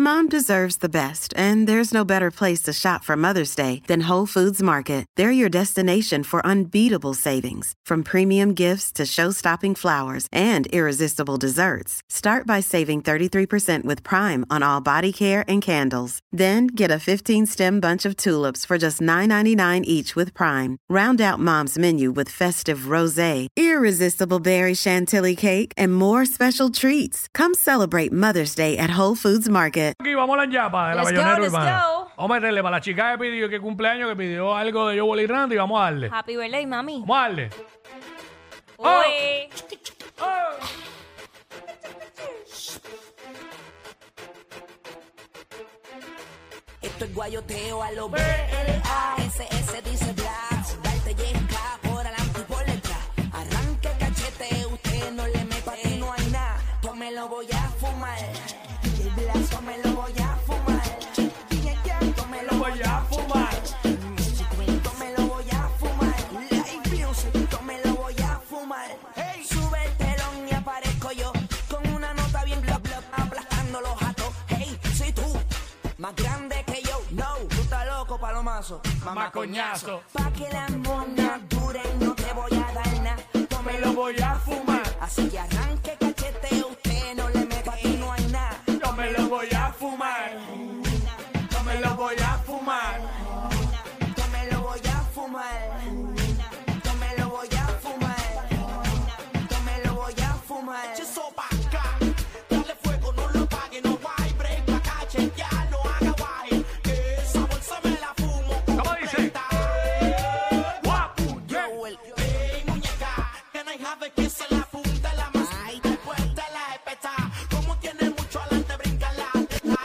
Mom deserves the best, and there's no better place to shop for Mother's Day than Whole Foods Market. They're your destination for unbeatable savings, from premium gifts to show-stopping flowers and irresistible desserts. Start by saving 33% with Prime on all body care and candles. Then get a 15-stem bunch of tulips for just $9.99 each with Prime. Round out Mom's menu with festive rosé, irresistible berry chantilly cake, and more special treats. Come celebrate Mother's Day at Whole Foods Market. Aquí vamos a la yapa de la Let's Bayonera go, let's Urbana. go. Vamos a meterle para la chica que cumpleaños, que pidió algo de Joel y Randy. Vamos a darle. Happy birthday, mami. Vamos a darle. Uy. Oh. Esto es guayoteo a los BLASS, dice Blast. Darte yesca por adelante y por detrás. Arranque cachete, usted no le mete. Pa' ti no hay nada, yo me lo voy a fumar. DJ Blast, yo me lo voy a fumar. DJ Jack, yo me lo voy a fumar. Music Queen, yo me lo voy a fumar. Live Music, yo me lo voy a fumar. Hey, sube el telón y aparezco yo con una nota bien bla bla, aplastando los jatos. Hey, si tú, más grande que yo, no, tú estás loco, palomazo, mamá coñazo. Pa' que las monas duren, no te voy a dar nada, yo me lo voy a fumar. Así que arranque cachete, usted no le mete, pa' ti no hay nada, yo me lo voy a fumar. Yo me lo voy a fumar. Yo me lo voy a fumar. Yo me lo voy a fumar. Yo me lo voy a fumar. Eche eso pa' acá, dale fuego, no lo pague, no hay break pa' cache, ya no haga guay, que esa bolsa me la fumo. ¿Cómo dice? Guapu, Joel, ey muñeca, que no hay jave que se la apunte la más. Ay, después te la espeta, como tiene mucho adelante, brinca la teta.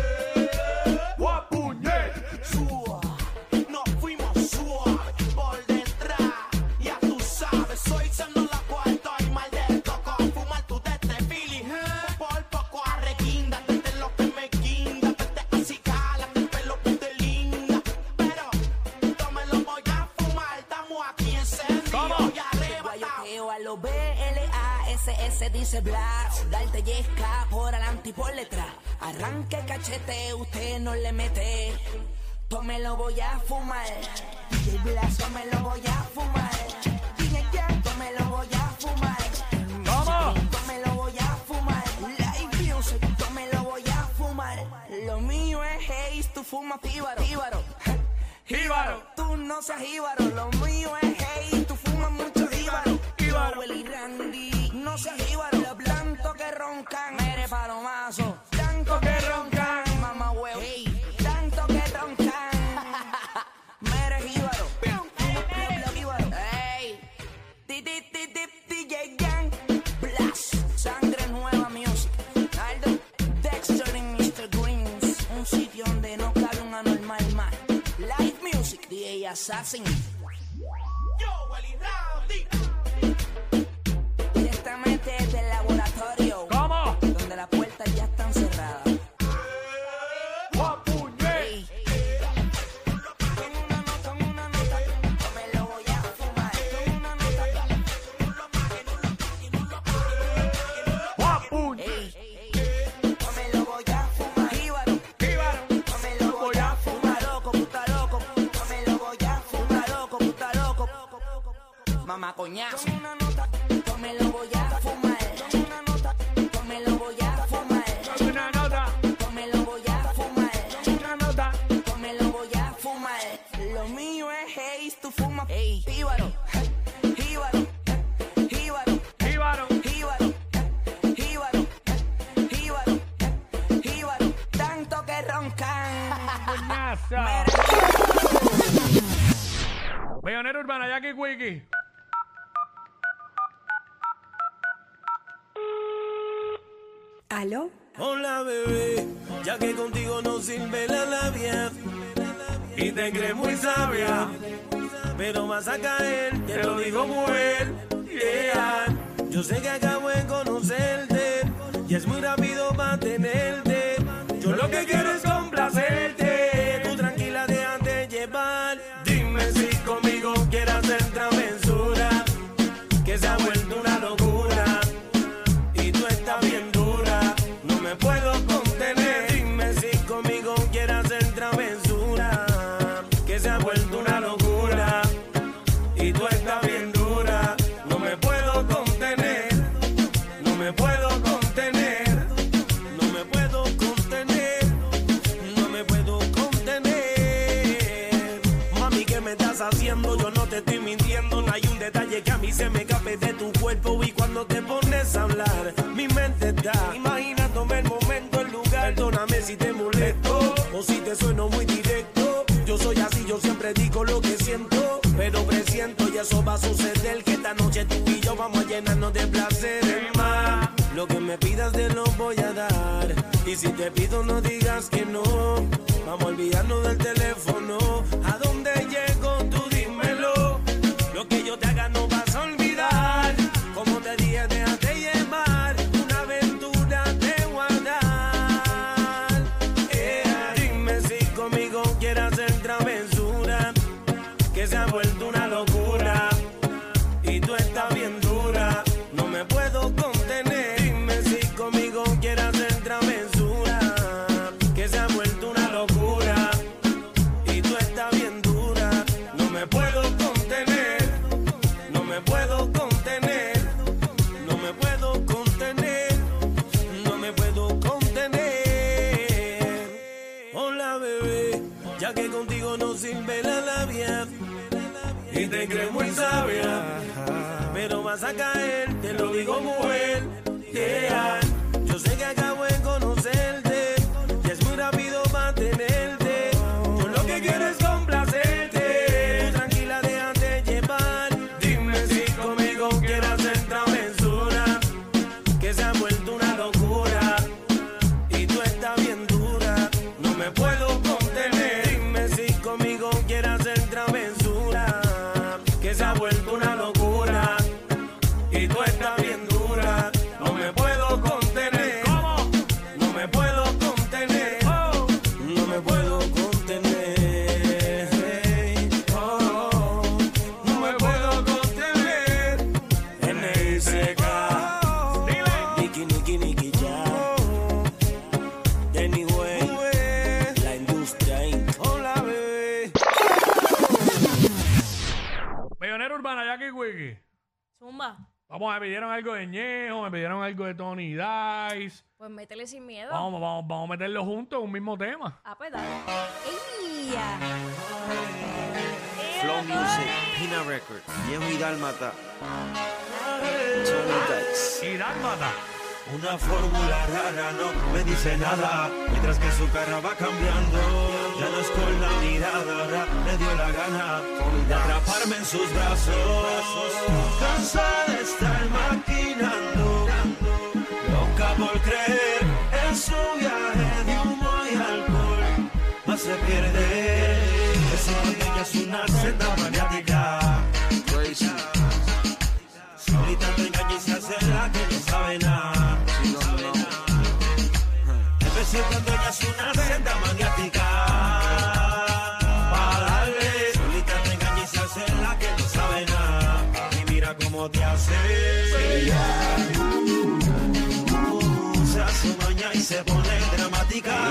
Guapuñe. Nos fuimos suave por detrás, ya tú sabes, soy siendo la cuarta y mal de coco, fumar tú de este Philly, por poco arreguinda, desde lo que me guinda, desde así cálate el pelo de linda, pero yo me lo voy a fumar, estamos aquí encendidos y arrebatados. A los BLASS, dice Blast, darte yesca por adelante y por detrás, arranque cachete, usted no le mete. Yo me lo voy a fumar. DJ Blast, yo me lo voy a fumar. DJ Jack, yo me lo voy a fumar. ¿Cómo? Yo me lo voy a fumar. Live Music, yo me lo voy a fumar. Lo mío es haze, tú fumas jíbaro. Jíbaro. Tú no seas jíbaro. Lo mío es haze, tú fumas mucho jíbaro. Jíbaro. Joel y Randy, no seas jíbaro. Los blancos que roncan, mere palomazo. Blancos que roncan, mamá huevo. Hey, tanto que roncan. Mere jíbaro. Hey, DJ Gang, Blast, Sangre Nueva Music. Aldo, Dexter y Mr. Greens. Un sitio donde no cabe un anormal más. Live Music, DJ Assassin. Joel y Randy. Directamente desde el laboratorio, ¿Cómo? donde las puertas ya están cerradas. Guapuñe. Ey. Con una nota, yo me lo voy a fumar. Con una nota, Guapuñe. ey. Yo me lo voy a fumar. Jíbaro, Jíbaro. yo me lo voy a fumar. Loco, puta loco. Yo me lo voy a fumar. Loco, puta loco. Mamá coñazo. Con una nota, yo me lo voy a fumar. Con una nota, yo me lo voy a fumar. Una nota. Yo me lo voy a fumar. Una nota. Yo me lo voy a fumar. Lo mío es haze, tú fumas. Ey, jíbaro, jíbaro, jíbaro, Jíbaro. jíbaro, jíbaro, jíbaro, jíbaro. Tanto que roncan. Coñaza. Bayonera Urbana, Jackie Quickie. ¿Aló? Hola bebé, ya que contigo no sirve la labia y te crees muy sabia, pero vas a caer, te lo digo mujer, yeah. Yo sé que acabo de conocerte y es muy rápido mantenerte. Yo lo que quiero es complacerte, tú tranquila déjate llevar. Dime si conmigo quieres hacer travesura, que se ha vuelto una locura y tú estás bien dura. No me puedo contener, dime perdóname si te molesto o si te sueno muy directo. Yo soy así, yo siempre digo lo que siento, pero presiento y eso va a suceder, que esta noche tú y yo vamos a llenarnos de placer más. Lo que me pidas te lo voy a dar, y si te pido no digas que no. Vamos a olvidarnos del teléfono. ¿A dónde llego? Tú dímelo. Lo que yo te haga no vas a olvidar. Como te dije, déjate llevar. Una aventura te voy a dar. Dime si conmigo quieres hacer travesura, que se ha vuelto una locura y tú estás bien dura. No me puedo contener. Dime si conmigo quieres hacer travesura, que se ha vuelto una locura y tú estás bien dura. No me puedo contener, no me puedo contener, no me puedo contener, no me puedo contener. Hola bebé, ya que contigo no sirve la labia y te crees muy sabia, pero vas a caer, te lo digo mujer. Yeah. Yo sé que acabo de conocerte y es muy rápido mantenerte. Yo lo que quiero es complacerte. Tú tranquila, déjate llevar. Dime si conmigo quieres hacer travesura, que se ha vuelto una locura y tú estás bien dura. No me puedo contener. Dime si conmigo quieres hacer travesura, que se ha vuelto una locura y tú estás bien dura. No me puedo contener. ¿Cómo? No me puedo contener. Oh. No me puedo contener. Oh. No me puedo contener. NSK. Dile. Niki, Niki, Niki, ya. Anyway. La industria Inc. Hola, bebé. Millonera Urbana, Jackie Quickie. Zumba. Vamos, me pidieron algo de Ñejo, me pidieron algo de Tony Dice. Pues métele sin miedo. Vamos a meterlo juntos en un mismo tema. Ah, pues dale. ¡Ey! Flow Music, Pina Record, Ñejo y Dálmata, Tony Dice. Y Dálmata. Una fórmula rara no me dice nada, mientras que su cara va cambiando. Ya no es con la mirada, ahora le dio la gana de atraparme en sus brazos. Cansada de estar maquinando, loca por creer en su viaje de humo y alcohol, más se pierde. Ese cuando ella es una senda maniática, crazy. Solita te engaña y se hace la que no sabe nada. Empecé cuando ella es una senda maniática. Pa' darle. Solita te engaña y se hace la que no sabe nada. Y mira cómo te hace. Se hace maña y se pone dramática.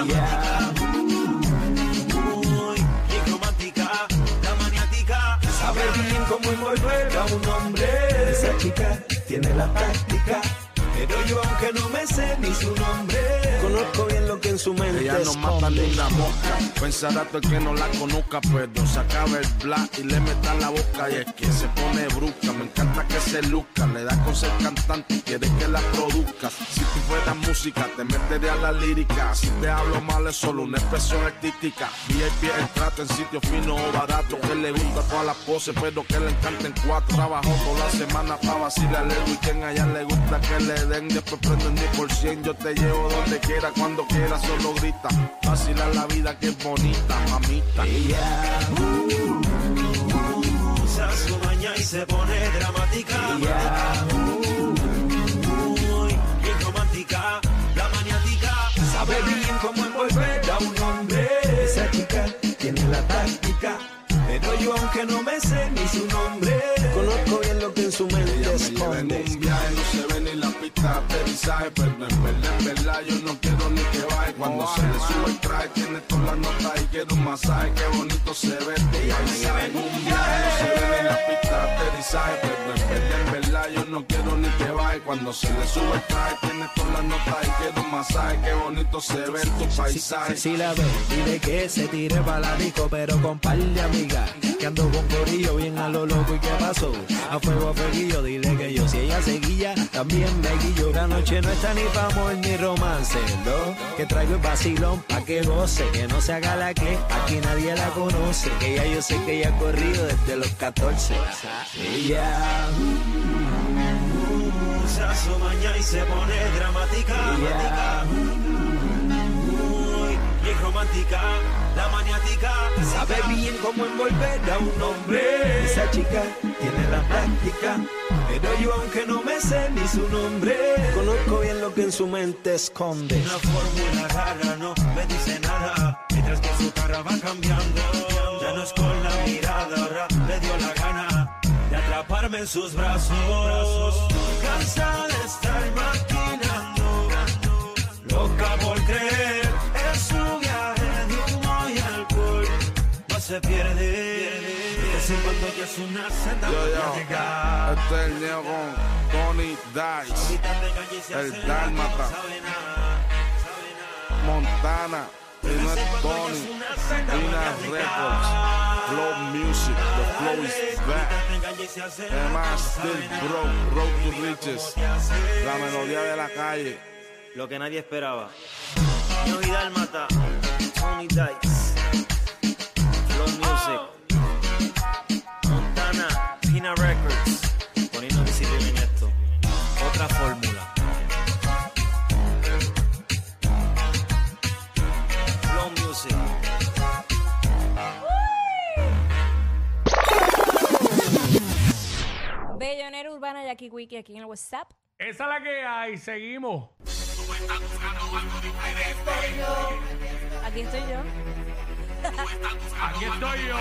Muy romántica, la maniática. Sabe bien cómo envolver a un hombre. Esa chica tiene la táctica, pero yo aunque no me sé ni su nombre, conozco bien lo que en su mente ella no mata ni una mosca. Pensará todo el que no la conozca, pero se acaba el black y le meta en la boca. Y es que se pone brusca, me encanta que se luzca. Le da con ser cantante y quiere que la produzca. Si tú fueras música, te metería a la lírica. Si te hablo mal es solo una expresión artística. VIP el trato en sitio fino o barato, que le gusta todas las poses, pero que le encanten cuatro. Trabajó toda la semana para vacilarle el weekend. Allá le gusta que le den, después prenden 10%. Yo te llevo donde quiera, cuando quiera, solo grita. Vacilar la vida que es bonita, mamita. Ella se hace maña y se pone dramática. Muy bien romántica, la maniática. Sabe bien cómo envolver a un hombre. Esa chica tiene la táctica, pero yo aunque no me sé ni su nombre, conozco bien lo que en su mente esconde. En un viaje no se ve ni la pista de aterrizaje, pero en verdad yo no quiero ni que baje. Cuando se le sube el traje tiene todas las notas y quiero un masaje. Qué bonito se ve tu paisaje. En un viaje no se ve ni la pista de aterrizaje, pero en verdad yo no quiero ni que baje. Cuando se le sube el traje tiene todas las notas y quiero un masaje. Qué bonito se ve tu paisaje. Si la ves, dile que se tire para la disco, pero con par de amigas. que ando con corillo bien a lo loco. ¿Y qué pasó? A fuego a fueguillo, dile que yo. Si ella se guilla, también me guillo. La noche no está ni pa' amor ni romance. Lo que traigo es vacilón pa' que goce. Que no se haga la que aquí nadie la conoce. Que ya yo sé que ella ha corrido desde los 14. Ella se asoma ya y se pone dramática. Bien romántica, la maniática. Sabe bien cómo envolver a un hombre. Esa chica tiene la práctica, pero yo aunque no me sé ni su nombre, conozco bien lo que en su mente esconde. Una fórmula rara no me dice nada, mientras que su cara va cambiando. Ya no es con la mirada, ahora le dio la gana de atraparme en sus brazos. Cansada de estar maquinando, loca por creer. Se pierde, es cuando ya es una senda plática. Este es el Neo con Tony Dice, el Dálmata, Montana, y no es Tony, Vina Records, Flow Music, the flow is back. Además, Still Broke, Road to Riches, la melodía de la calle. Lo que nadie esperaba. Neo y Dálmata, Tony Dice. Music, Montana, Pina Records, poniendo visible en esto. Otra fórmula. Flow Music. Bellonera Urbana, Jackie Wiki aquí en el WhatsApp. Esa es la que hay, seguimos. Aquí estoy yo. Aquí estoy yo.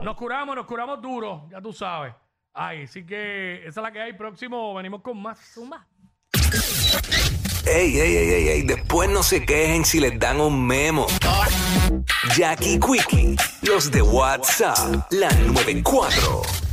Nos curamos duro, ya tú sabes. Ay, sí que esa es la que hay. Próximo, venimos con más. Zumba. Ey, después no se quejen si les dan un memo. Jackie Quickie, los de WhatsApp, la 94.